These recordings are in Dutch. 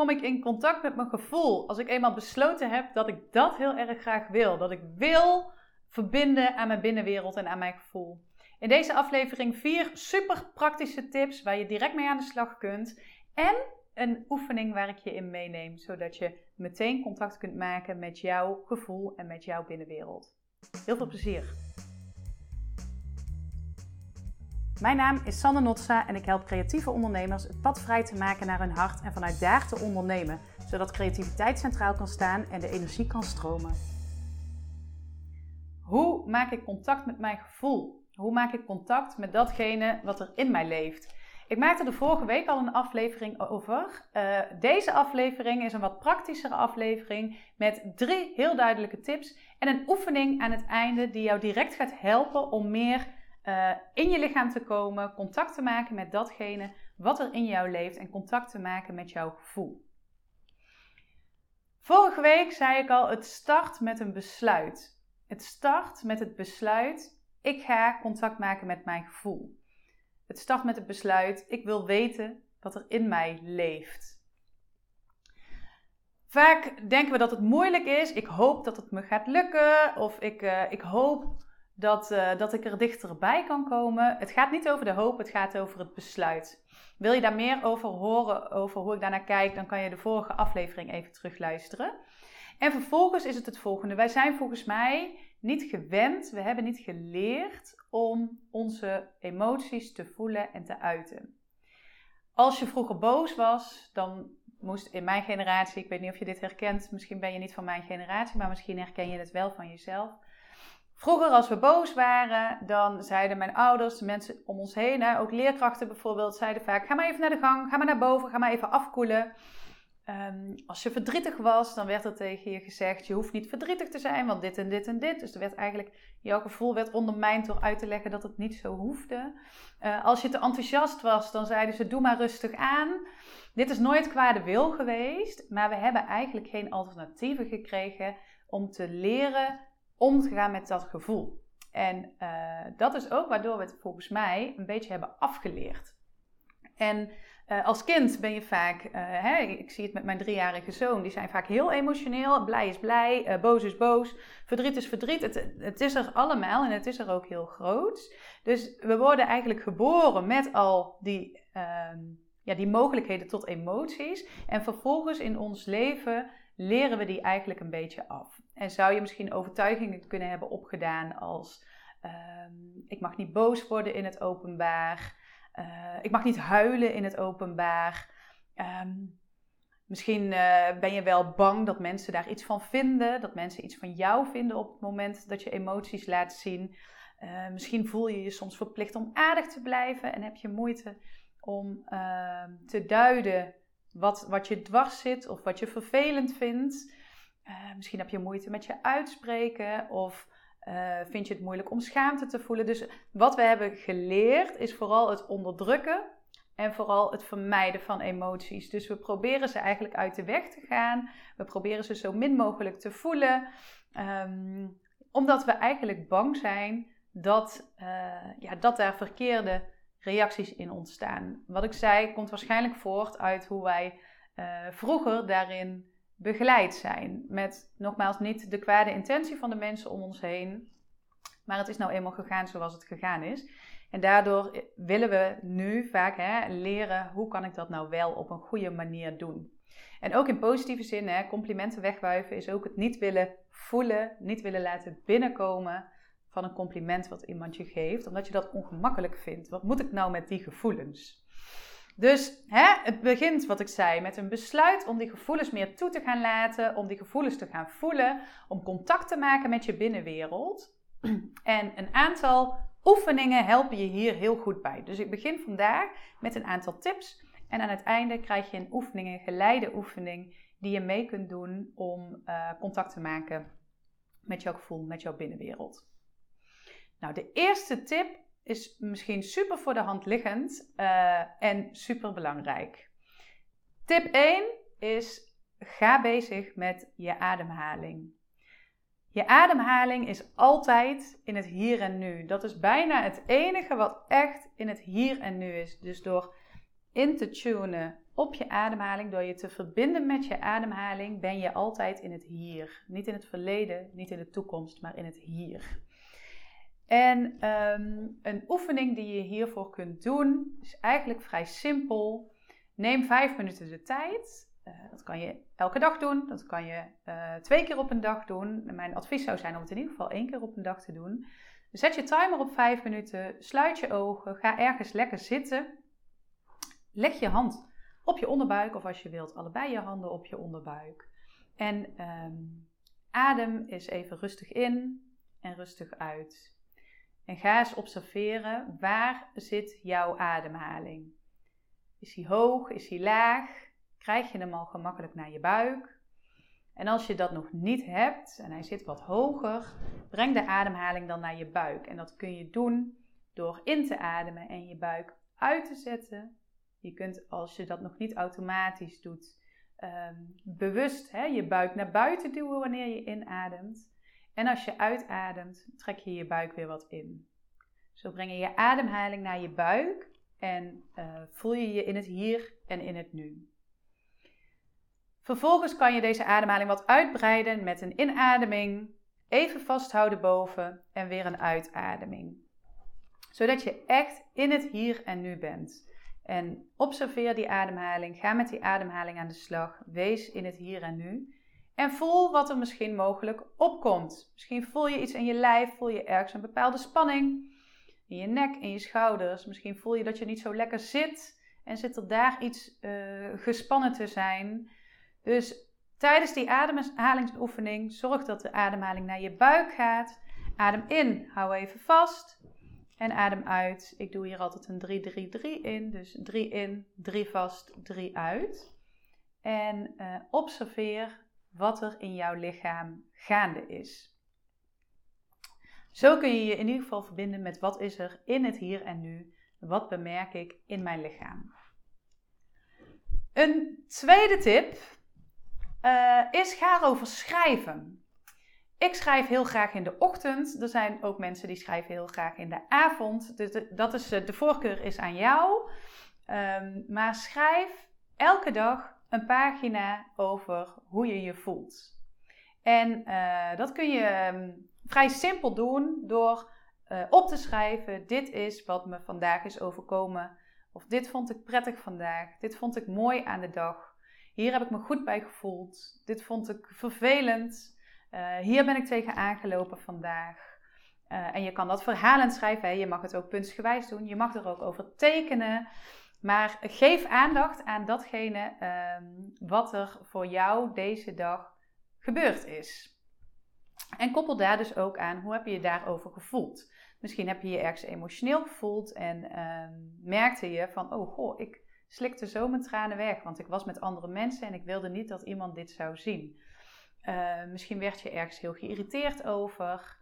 kom ik in contact met mijn gevoel? Als ik eenmaal besloten heb dat ik dat heel erg graag wil. Dat ik wil verbinden aan mijn binnenwereld en aan mijn gevoel. In deze aflevering 4 super praktische tips waar je direct mee aan de slag kunt. En een oefening waar ik je in meeneem. Zodat je meteen contact kunt maken met jouw gevoel en met jouw binnenwereld. Heel veel plezier! Mijn naam is Sanne Notsa en ik help creatieve ondernemers het pad vrij te maken naar hun hart en vanuit daar te ondernemen, zodat creativiteit centraal kan staan en de energie kan stromen. Hoe maak ik contact met mijn gevoel? Hoe maak ik contact met datgene wat er in mij leeft? Ik maakte er vorige week al een aflevering over. Deze aflevering is een wat praktischere aflevering met 3 heel duidelijke tips en een oefening aan het einde die jou direct gaat helpen om meer in je lichaam te komen, contact te maken met datgene wat er in jou leeft en contact te maken met jouw gevoel. Vorige week zei ik al, het start met een besluit. Het start met het besluit, ik ga contact maken met mijn gevoel. Het start met het besluit, ik wil weten wat er in mij leeft. Vaak denken we dat het moeilijk is, ik hoop dat het me gaat lukken of ik hoop dat ik er dichterbij kan komen. Het gaat niet over de hoop, het gaat over het besluit. Wil je daar meer over horen, over hoe ik daarnaar kijk, dan kan je de vorige aflevering even terugluisteren. En vervolgens is het volgende. Wij zijn volgens mij niet gewend, we hebben niet geleerd om onze emoties te voelen en te uiten. Als je vroeger boos was, dan moest in mijn generatie, ik weet niet of je dit herkent, misschien ben je niet van mijn generatie, maar misschien herken je het wel van jezelf. Vroeger als we boos waren, dan zeiden mijn ouders, de mensen om ons heen, ook leerkrachten bijvoorbeeld, zeiden vaak, ga maar even naar de gang, ga maar naar boven, ga maar even afkoelen. Als je verdrietig was, dan werd er tegen je gezegd, je hoeft niet verdrietig te zijn, want dit en dit en dit. Dus er werd eigenlijk, jouw gevoel werd ondermijnd door uit te leggen dat het niet zo hoefde. Als je te enthousiast was, dan zeiden ze, doe maar rustig aan. Dit is nooit kwade wil geweest, maar we hebben eigenlijk geen alternatieven gekregen om te leren om te gaan met dat gevoel. En dat is ook waardoor we het volgens mij een beetje hebben afgeleerd. En als kind ben je vaak, ik zie het met mijn 3-jarige zoon, die zijn vaak heel emotioneel. Blij is blij, boos is boos, verdriet is verdriet. Het is er allemaal en het is er ook heel groot. Dus we worden eigenlijk geboren met al die mogelijkheden tot emoties. En vervolgens in ons leven leren we die eigenlijk een beetje af. En zou je misschien overtuigingen kunnen hebben opgedaan als ik mag niet boos worden in het openbaar. Ik mag niet huilen in het openbaar. Misschien ben je wel bang dat mensen daar iets van vinden. Dat mensen iets van jou vinden op het moment dat je emoties laat zien. Misschien voel je je soms verplicht om aardig te blijven. En heb je moeite om te duiden wat je dwars zit of wat je vervelend vindt. Misschien heb je moeite met je uitspreken of vind je het moeilijk om schaamte te voelen. Dus wat we hebben geleerd is vooral het onderdrukken en vooral het vermijden van emoties. Dus we proberen ze eigenlijk uit de weg te gaan. We proberen ze zo min mogelijk te voelen. Omdat we eigenlijk bang zijn dat daar verkeerde reacties in ontstaan. Wat ik zei komt waarschijnlijk voort uit hoe wij vroeger daarin begeleid zijn. Met nogmaals niet de kwade intentie van de mensen om ons heen. Maar het is nou eenmaal gegaan zoals het gegaan is. En daardoor willen we nu vaak leren hoe kan ik dat nou wel op een goede manier doen. En ook in positieve zin, complimenten wegwuiven is ook het niet willen voelen, niet willen laten binnenkomen van een compliment wat iemand je geeft. Omdat je dat ongemakkelijk vindt. Wat moet ik nou met die gevoelens? Dus het begint, wat ik zei, met een besluit om die gevoelens meer toe te gaan laten, om die gevoelens te gaan voelen, om contact te maken met je binnenwereld. En een aantal oefeningen helpen je hier heel goed bij. Dus ik begin vandaag met een aantal tips en aan het einde krijg je een oefening, een geleide oefening, die je mee kunt doen om contact te maken met jouw gevoel, met jouw binnenwereld. Nou, de eerste tip is misschien super voor de hand liggend en super belangrijk. Tip 1 is, ga bezig met je ademhaling. Je ademhaling is altijd in het hier en nu. Dat is bijna het enige wat echt in het hier en nu is. Dus door in te tunen op je ademhaling, door je te verbinden met je ademhaling, ben je altijd in het hier. Niet in het verleden, niet in de toekomst, maar in het hier. En een oefening die je hiervoor kunt doen, is eigenlijk vrij simpel. Neem 5 minuten de tijd. Dat kan je elke dag doen, dat kan je 2 keer op een dag doen. Mijn advies zou zijn om het in ieder geval 1 keer op een dag te doen. Zet je timer op 5 minuten, sluit je ogen, ga ergens lekker zitten. Leg je hand op je onderbuik of als je wilt allebei je handen op je onderbuik. En adem eens even rustig in en rustig uit. En ga eens observeren, waar zit jouw ademhaling? Is hij hoog? Is hij laag? Krijg je hem al gemakkelijk naar je buik? En als je dat nog niet hebt en hij zit wat hoger, breng de ademhaling dan naar je buik. En dat kun je doen door in te ademen en je buik uit te zetten. Je kunt, als je dat nog niet automatisch doet, bewust je buik naar buiten duwen wanneer je inademt. En als je uitademt, trek je je buik weer wat in. Zo breng je je ademhaling naar je buik en voel je je in het hier en in het nu. Vervolgens kan je deze ademhaling wat uitbreiden met een inademing, even vasthouden boven en weer een uitademing. Zodat je echt in het hier en nu bent. En observeer die ademhaling, ga met die ademhaling aan de slag, wees in het hier en nu. En voel wat er misschien mogelijk opkomt. Misschien voel je iets in je lijf, voel je ergens een bepaalde spanning. In je nek, in je schouders. Misschien voel je dat je niet zo lekker zit en zit er daar iets gespannen te zijn. Dus tijdens die ademhalingsoefening zorg dat de ademhaling naar je buik gaat. Adem in, hou even vast. En adem uit. Ik doe hier altijd een 3-3-3 in. Dus 3 in, 3 vast, 3 uit. En observeer wat er in jouw lichaam gaande is. Zo kun je je in ieder geval verbinden met wat is er in het hier en nu. Wat bemerk ik in mijn lichaam. Een tweede tip is ga erover schrijven. Ik schrijf heel graag in de ochtend. Er zijn ook mensen die schrijven heel graag in de avond. Dus de voorkeur is aan jou. Maar schrijf elke dag een pagina over hoe je je voelt. En dat kun je vrij simpel doen door op te schrijven: dit is wat me vandaag is overkomen. Of dit vond ik prettig vandaag. Dit vond ik mooi aan de dag. Hier heb ik me goed bij gevoeld. Dit vond ik vervelend. Hier ben ik tegen aangelopen vandaag. En je kan dat verhalend schrijven. Hè. Je mag het ook puntsgewijs doen. Je mag er ook over tekenen. Maar geef aandacht aan datgene wat er voor jou deze dag gebeurd is. En koppel daar dus ook aan, hoe heb je je daarover gevoeld? Misschien heb je je ergens emotioneel gevoeld en merkte je van, oh goh, ik slikte zo mijn tranen weg. Want ik was met andere mensen en ik wilde niet dat iemand dit zou zien. Misschien werd je ergens heel geïrriteerd over,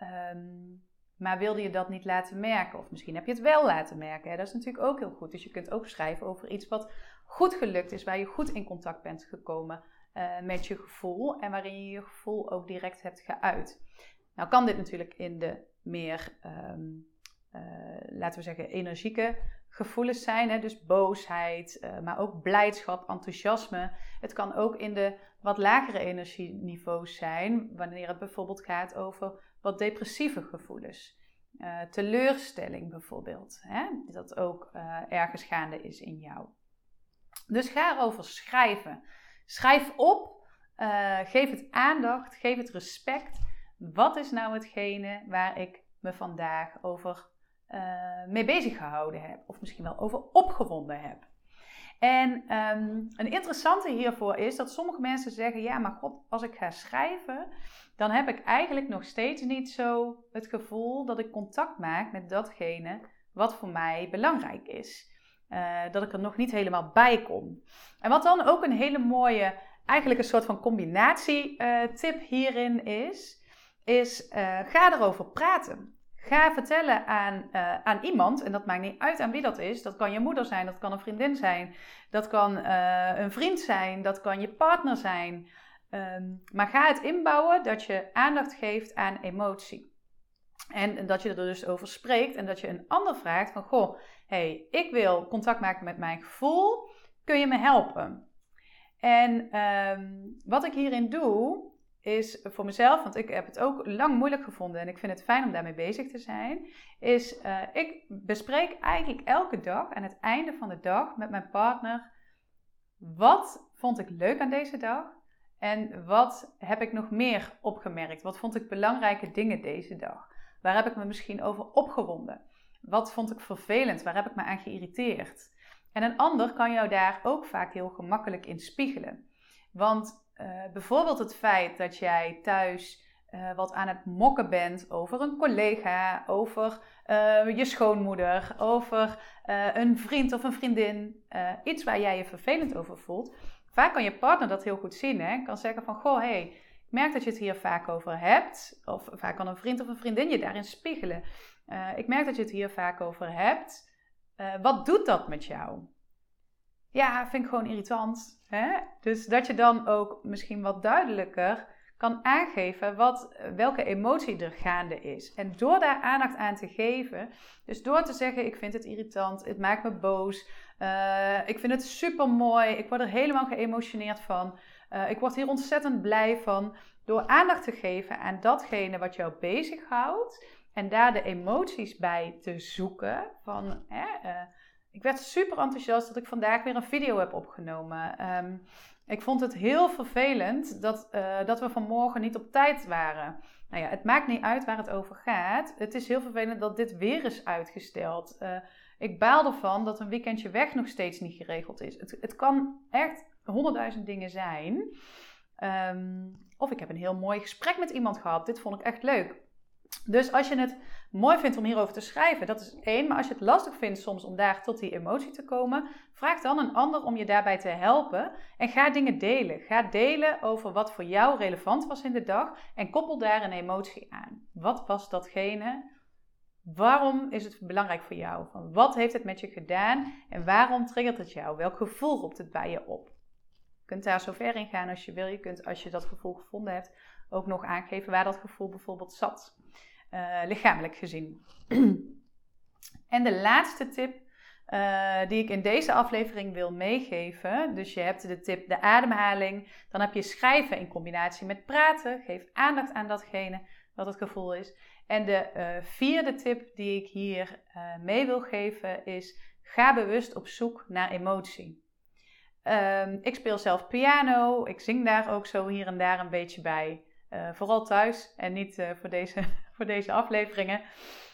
maar wilde je dat niet laten merken? Of misschien heb je het wel laten merken. Hè? Dat is natuurlijk ook heel goed. Dus je kunt ook schrijven over iets wat goed gelukt is, waar je goed in contact bent gekomen met je gevoel en waarin je je gevoel ook direct hebt geuit. Nou kan dit natuurlijk in de meer, laten we zeggen, energieke gevoelens zijn. Hè? Dus boosheid, maar ook blijdschap, enthousiasme. Het kan ook in de wat lagere energieniveaus zijn, wanneer het bijvoorbeeld gaat over wat depressieve gevoelens. Teleurstelling bijvoorbeeld, hè? Dat ook ergens gaande is in jou. Dus ga erover schrijven. Schrijf op, geef het aandacht, geef het respect. Wat is nou hetgene waar ik me vandaag over mee bezig gehouden heb? Of misschien wel over opgewonden heb? En een interessante hiervoor is dat sommige mensen zeggen, ja maar god, als ik ga schrijven, dan heb ik eigenlijk nog steeds niet zo het gevoel dat ik contact maak met datgene wat voor mij belangrijk is. Dat ik er nog niet helemaal bij kom. En wat dan ook een hele mooie, eigenlijk een soort van combinatietip hierin is ga erover praten. Ga vertellen aan iemand, en dat maakt niet uit aan wie dat is. Dat kan je moeder zijn, dat kan een vriendin zijn, dat kan een vriend zijn, dat kan je partner zijn. Maar ga het inbouwen dat je aandacht geeft aan emotie. En dat je er dus over spreekt en dat je een ander vraagt van, goh, hey, ik wil contact maken met mijn gevoel. kun je me helpen? En wat ik hierin doe, is voor mezelf, want ik heb het ook lang moeilijk gevonden en ik vind het fijn om daarmee bezig te zijn, is ik bespreek eigenlijk elke dag aan het einde van de dag met mijn partner, wat vond ik leuk aan deze dag en wat heb ik nog meer opgemerkt? Wat vond ik belangrijke dingen deze dag? Waar heb ik me misschien over opgewonden? Wat vond ik vervelend? Waar heb ik me aan geïrriteerd? En een ander kan jou daar ook vaak heel gemakkelijk in spiegelen. Want bijvoorbeeld het feit dat jij thuis wat aan het mokken bent over een collega, over je schoonmoeder, over een vriend of een vriendin, iets waar jij je vervelend over voelt. Vaak kan je partner dat heel goed zien, hè? Kan zeggen van, goh, hey, ik merk dat je het hier vaak over hebt. Of vaak kan een vriend of een vriendin je daarin spiegelen. Ik merk dat je het hier vaak over hebt. Wat doet dat met jou? Ja, vind ik gewoon irritant. Hè? Dus dat je dan ook misschien wat duidelijker kan aangeven welke emotie er gaande is. En door daar aandacht aan te geven, dus door te zeggen, ik vind het irritant, het maakt me boos, ik vind het super mooi, ik word er helemaal geëmotioneerd van, ik word hier ontzettend blij van. Door aandacht te geven aan datgene wat jou bezighoudt en daar de emoties bij te zoeken van... ik werd super enthousiast dat ik vandaag weer een video heb opgenomen. Ik vond het heel vervelend dat we vanmorgen niet op tijd waren. Nou ja, het maakt niet uit waar het over gaat. Het is heel vervelend dat dit weer is uitgesteld. Ik baal ervan dat een weekendje weg nog steeds niet geregeld is. Het kan echt 100.000 dingen zijn. Of ik heb een heel mooi gesprek met iemand gehad. Dit vond ik echt leuk. Dus als je het mooi vindt om hierover te schrijven, dat is één. Maar als je het lastig vindt soms om daar tot die emotie te komen, vraag dan een ander om je daarbij te helpen. En ga dingen delen. Ga delen over wat voor jou relevant was in de dag. En koppel daar een emotie aan. Wat was datgene? Waarom is het belangrijk voor jou? Wat heeft het met je gedaan? En waarom triggert het jou? Welk gevoel roept het bij je op? Je kunt daar zo ver in gaan als je wil. Je kunt, als je dat gevoel gevonden hebt, ook nog aangeven waar dat gevoel bijvoorbeeld zat. Lichamelijk gezien. En de laatste tip die ik in deze aflevering wil meegeven. Dus je hebt de tip de ademhaling. Dan heb je schrijven in combinatie met praten. Geef aandacht aan datgene wat het gevoel is. En de vierde tip die ik hier mee wil geven is: ga bewust op zoek naar emotie. Ik speel zelf piano. Ik zing daar ook zo hier en daar een beetje bij. Vooral thuis en niet voor deze afleveringen.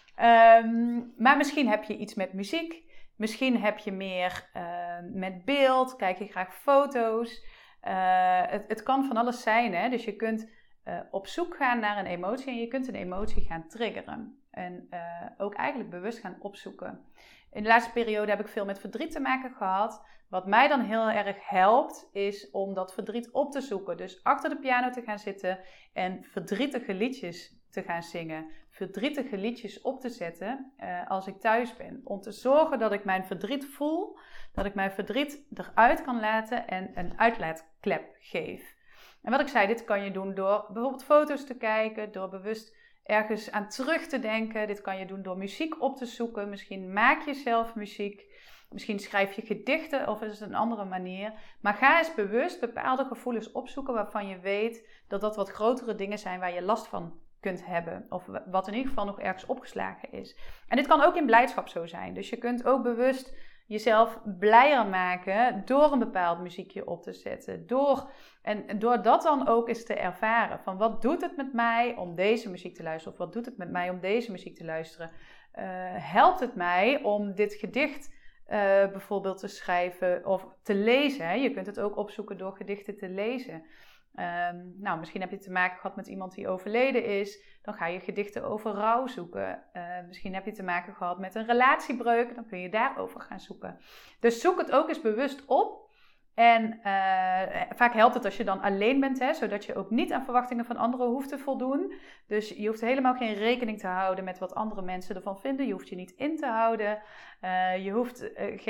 Maar misschien heb je iets met muziek. Misschien heb je meer met beeld. Kijk je graag foto's. Het kan van alles zijn. Hè? Dus je kunt op zoek gaan naar een emotie. En je kunt een emotie gaan triggeren. En ook eigenlijk bewust gaan opzoeken. In de laatste periode heb ik veel met verdriet te maken gehad. Wat mij dan heel erg helpt, is om dat verdriet op te zoeken. Dus achter de piano te gaan zitten en verdrietige liedjes te gaan zingen. Verdrietige liedjes op te zetten als ik thuis ben. Om te zorgen dat ik mijn verdriet voel, dat ik mijn verdriet eruit kan laten en een uitlaatklep geef. En wat ik zei, dit kan je doen door bijvoorbeeld foto's te kijken, door bewust ergens aan terug te denken. Dit kan je doen door muziek op te zoeken. Misschien maak je zelf muziek. Misschien schrijf je gedichten of is het een andere manier. Maar ga eens bewust bepaalde gevoelens opzoeken waarvan je weet dat dat wat grotere dingen zijn waar je last van kunt hebben. Of wat in ieder geval nog ergens opgeslagen is. En dit kan ook in blijdschap zo zijn. Dus je kunt ook bewust jezelf blijer maken door een bepaald muziekje op te zetten. Door dat dan ook eens te ervaren. Van wat doet het met mij om deze muziek te luisteren? Of wat doet het met mij om deze muziek te luisteren? Helpt het mij om dit gedicht bijvoorbeeld te schrijven of te lezen? Hè? Je kunt het ook opzoeken door gedichten te lezen. Misschien heb je te maken gehad met iemand die overleden is. Dan ga je gedichten over rouw zoeken. Misschien heb je te maken gehad met een relatiebreuk. Dan kun je daarover gaan zoeken. Dus zoek het ook eens bewust op. En vaak helpt het als je dan alleen bent, hè, zodat je ook niet aan verwachtingen van anderen hoeft te voldoen. Dus je hoeft helemaal geen rekening te houden met wat andere mensen ervan vinden. Je hoeft je niet in te houden. Je hoeft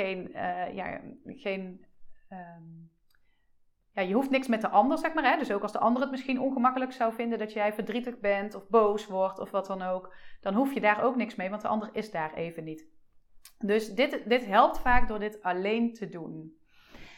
je hoeft niks met de ander, zeg maar. Hè? Dus ook als de ander het misschien ongemakkelijk zou vinden dat jij verdrietig bent of boos wordt of wat dan ook, dan hoef je daar ook niks mee, want de ander is daar even niet. Dus dit helpt vaak door dit alleen te doen.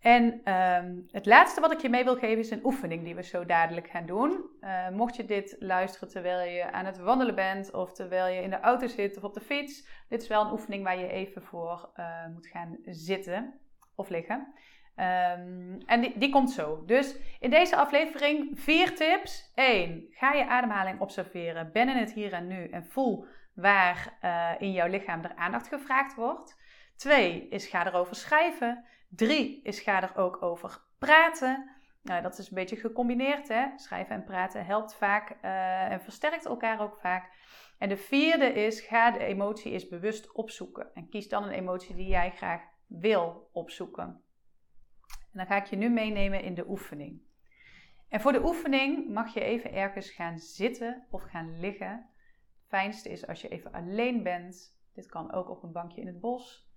En het laatste wat ik je mee wil geven is een oefening die we zo dadelijk gaan doen. Mocht je dit luisteren terwijl je aan het wandelen bent of terwijl je in de auto zit of op de fiets. Dit is wel een oefening waar je even voor moet gaan zitten of liggen. En die komt zo. Dus in deze aflevering 4 tips. 1. Ga je ademhaling observeren. Ben in het hier en nu en voel waar in jouw lichaam er aandacht gevraagd wordt. 2 is ga erover schrijven. 3 is ga er ook over praten. Nou, dat is een beetje gecombineerd. Hè? Schrijven en praten helpt vaak en versterkt elkaar ook vaak. En de 4e is ga de emotie eens bewust opzoeken. En kies dan een emotie die jij graag wil opzoeken. En dan ga ik je nu meenemen in de oefening. En voor de oefening mag je even ergens gaan zitten of gaan liggen. Het fijnste is als je even alleen bent. Dit kan ook op een bankje in het bos.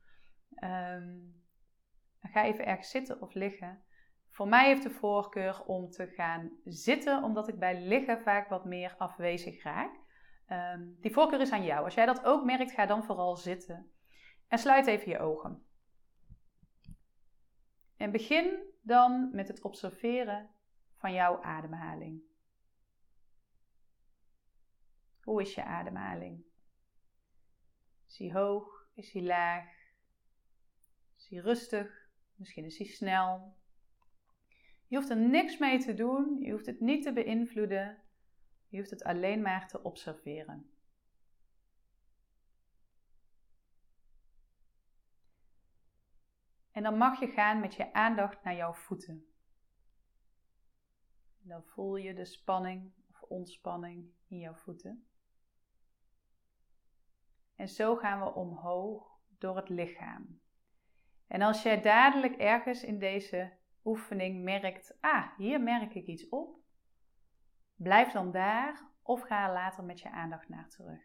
Ga even ergens zitten of liggen. Voor mij heeft de voorkeur om te gaan zitten, omdat ik bij liggen vaak wat meer afwezig raak. Die voorkeur is aan jou. Als jij dat ook merkt, ga dan vooral zitten. En sluit even je ogen. En begin dan met het observeren van jouw ademhaling. Hoe is je ademhaling? Is hij hoog? Is hij laag? Is hij rustig? Misschien is hij snel. Je hoeft er niks mee te doen. Je hoeft het niet te beïnvloeden. Je hoeft het alleen maar te observeren. En dan mag je gaan met je aandacht naar jouw voeten. En dan voel je de spanning of ontspanning in jouw voeten. En zo gaan we omhoog door het lichaam. En als jij dadelijk ergens in deze oefening merkt, hier merk ik iets op, blijf dan daar of ga later met je aandacht naar terug.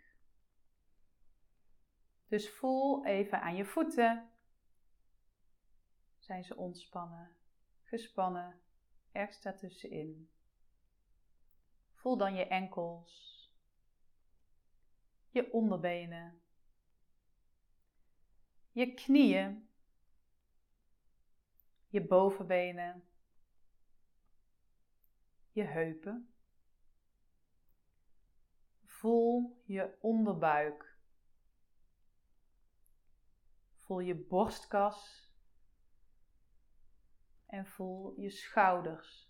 Dus voel even aan je voeten. Zijn ze ontspannen, gespannen, ergens daartussenin. Voel dan je enkels, je onderbenen, je knieën, je bovenbenen, je heupen. Voel je onderbuik. Voel je borstkas. En voel je schouders.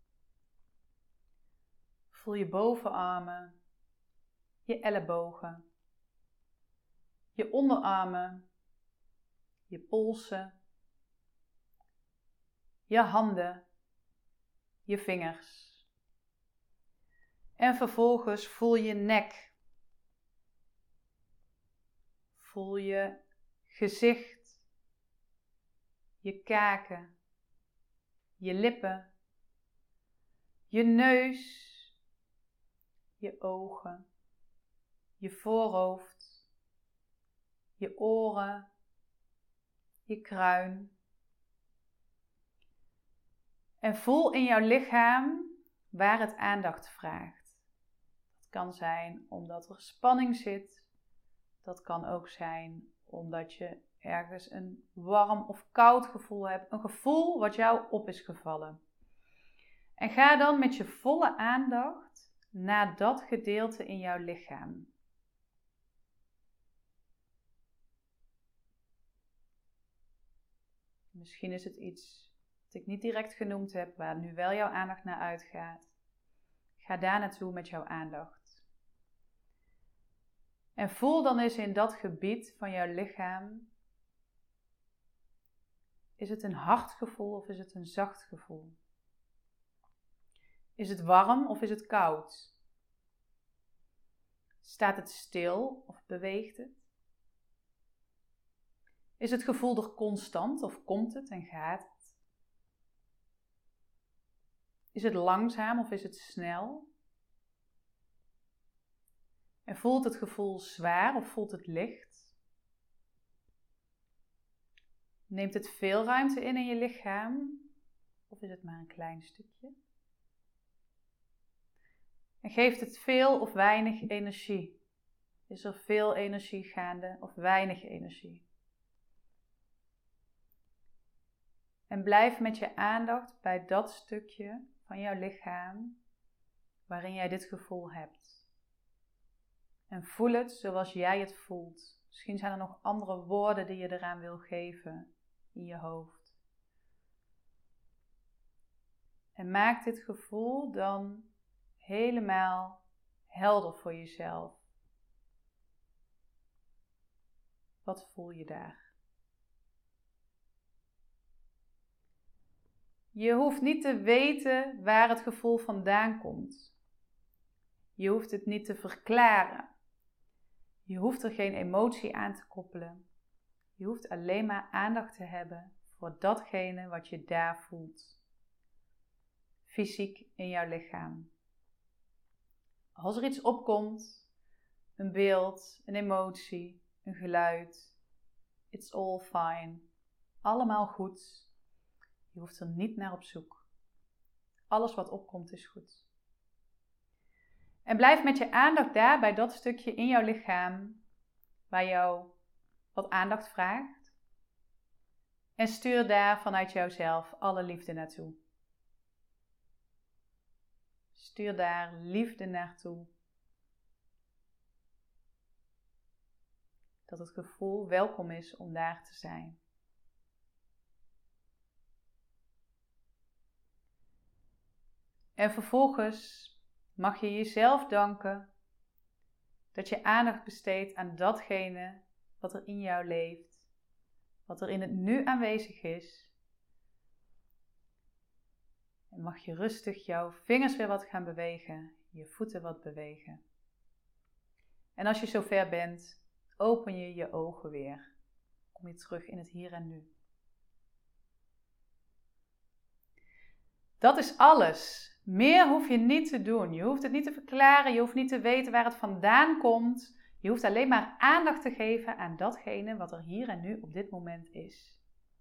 Voel je bovenarmen, je ellebogen, je onderarmen, je polsen, je handen, je vingers. En vervolgens voel je nek. Voel je gezicht, je kaken, je lippen, je neus, je ogen, je voorhoofd, je oren, je kruin. En voel in jouw lichaam waar het aandacht vraagt. Dat kan zijn omdat er spanning zit. Dat kan ook zijn omdat je ergens een warm of koud gevoel hebt. Een gevoel wat jou op is gevallen. En ga dan met je volle aandacht naar dat gedeelte in jouw lichaam. Misschien is het iets wat ik niet direct genoemd heb, waar nu wel jouw aandacht naar uitgaat. Ga daar naartoe met jouw aandacht. En voel dan eens in dat gebied van jouw lichaam. Is het een hard gevoel of is het een zacht gevoel? Is het warm of is het koud? Staat het stil of beweegt het? Is het gevoel er constant of komt het en gaat het? Is het langzaam of is het snel? En voelt het gevoel zwaar of voelt het licht? Neemt het veel ruimte in je lichaam of is het maar een klein stukje? En geeft het veel of weinig energie? Is er veel energie gaande of weinig energie? En blijf met je aandacht bij dat stukje van jouw lichaam waarin jij dit gevoel hebt. En voel het zoals jij het voelt. Misschien zijn er nog andere woorden die je eraan wil geven in je hoofd. En maak dit gevoel dan helemaal helder voor jezelf. Wat voel je daar? Je hoeft niet te weten waar het gevoel vandaan komt. Je hoeft het niet te verklaren. Je hoeft er geen emotie aan te koppelen. Je hoeft alleen maar aandacht te hebben voor datgene wat je daar voelt. Fysiek in jouw lichaam. Als er iets opkomt, een beeld, een emotie, een geluid, it's all fine. Allemaal goed. Je hoeft er niet naar op zoek. Alles wat opkomt is goed. En blijf met je aandacht daar bij dat stukje in jouw lichaam waar jou wat aandacht vraagt. En stuur daar vanuit jouzelf alle liefde naartoe. Stuur daar liefde naartoe. Dat het gevoel welkom is om daar te zijn. En vervolgens mag je jezelf danken dat je aandacht besteedt aan datgene wat er in jou leeft, wat er in het nu aanwezig is. En mag je rustig jouw vingers weer wat gaan bewegen, je voeten wat bewegen. En als je zover bent, open je je ogen weer. Kom je terug in het hier en nu. Dat is alles. Meer hoef je niet te doen. Je hoeft het niet te verklaren. Je hoeft niet te weten waar het vandaan komt. Je hoeft alleen maar aandacht te geven aan datgene wat er hier en nu op dit moment is.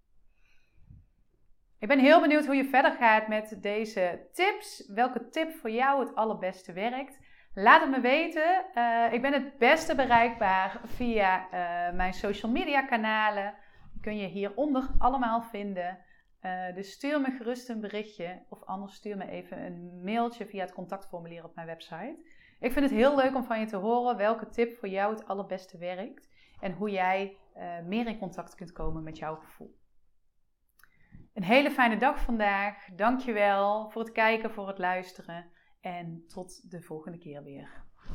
Ik ben heel benieuwd hoe je verder gaat met deze tips. Welke tip voor jou het allerbeste werkt. Laat het me weten. Ik ben het beste bereikbaar via mijn social media kanalen. Die kun je hieronder allemaal vinden. Dus stuur me gerust een berichtje of anders stuur me even een mailtje via het contactformulier op mijn website. Ik vind het heel leuk om van je te horen welke tip voor jou het allerbeste werkt en hoe jij meer in contact kunt komen met jouw gevoel. Een hele fijne dag vandaag. Dankjewel voor het kijken, voor het luisteren en tot de volgende keer weer.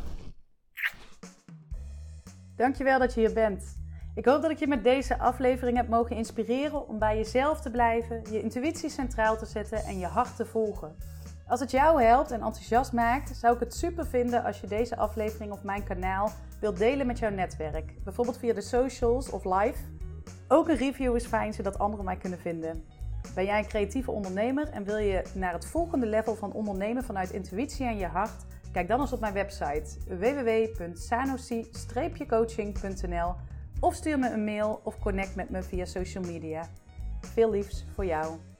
Dankjewel dat je hier bent. Ik hoop dat ik je met deze aflevering heb mogen inspireren om bij jezelf te blijven, je intuïtie centraal te zetten en je hart te volgen. Als het jou helpt en enthousiast maakt, zou ik het super vinden als je deze aflevering op mijn kanaal wilt delen met jouw netwerk. Bijvoorbeeld via de socials of live. Ook een review is fijn, zodat anderen mij kunnen vinden. Ben jij een creatieve ondernemer en wil je naar het volgende level van ondernemen vanuit intuïtie en je hart? Kijk dan eens op mijn website www.sanosi-coaching.nl of stuur me een mail of connect met me via social media. Veel liefs voor jou.